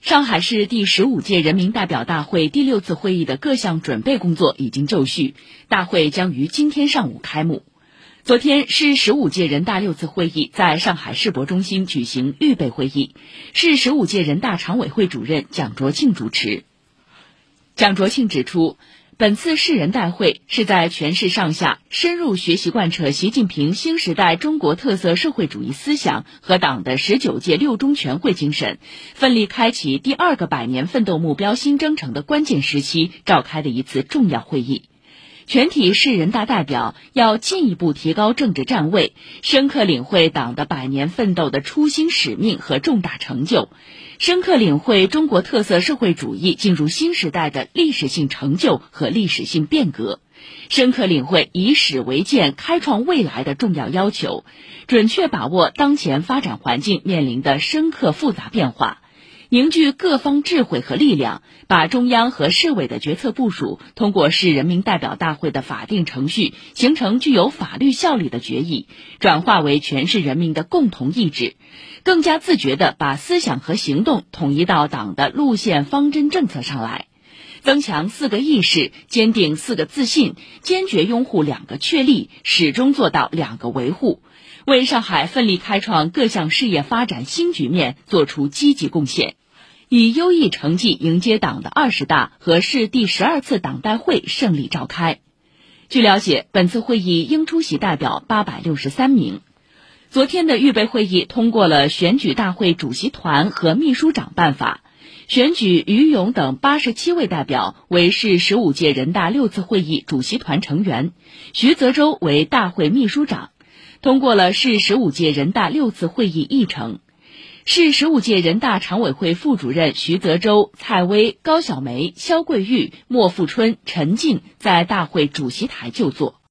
上海市第15届人民代表大会第6次会议的各项准备工作已经就绪，大会将于今天上午开幕。昨天，市15届人大6次会议在上海世博中心举行预备会议，市15届人大常委会主任蒋卓庆主持。蒋卓庆指出，本次市人大会是在全市上下深入学习贯彻习近平新时代中国特色社会主义思想和党的19届六中全会精神，奋力开启第2个百年奋斗目标新征程的关键时期召开的一次重要会议。全体市人大代表要进一步提高政治站位，深刻领会党的百年奋斗的初心使命和重大成就，深刻领会中国特色社会主义进入新时代的历史性成就和历史性变革，深刻领会以史为鉴开创未来的重要要求，准确把握当前发展环境面临的深刻复杂变化，凝聚各方智慧和力量，把中央和市委的决策部署通过市人民代表大会的法定程序形成具有法律效力的决议，转化为全市人民的共同意志，更加自觉地把思想和行动统一到党的路线方针政策上来，增强4个意识，坚定4个自信，坚决拥护2个确立，始终做到2个维护，为上海奋力开创各项事业发展新局面做出积极贡献，以优异成绩迎接党的20大和市第12次党代会胜利召开。据了解，本次会议应出席代表863名。昨天的预备会议通过了选举大会主席团和秘书长办法，选举于勇等87位代表为市15届人大6次会议主席团成员，徐泽洲为大会秘书长，通过了市15届人大6次会议议程。市15届人大常委会副主任徐泽洲、蔡薇、高晓梅、肖桂玉、莫富春、陈静在大会主席台就座。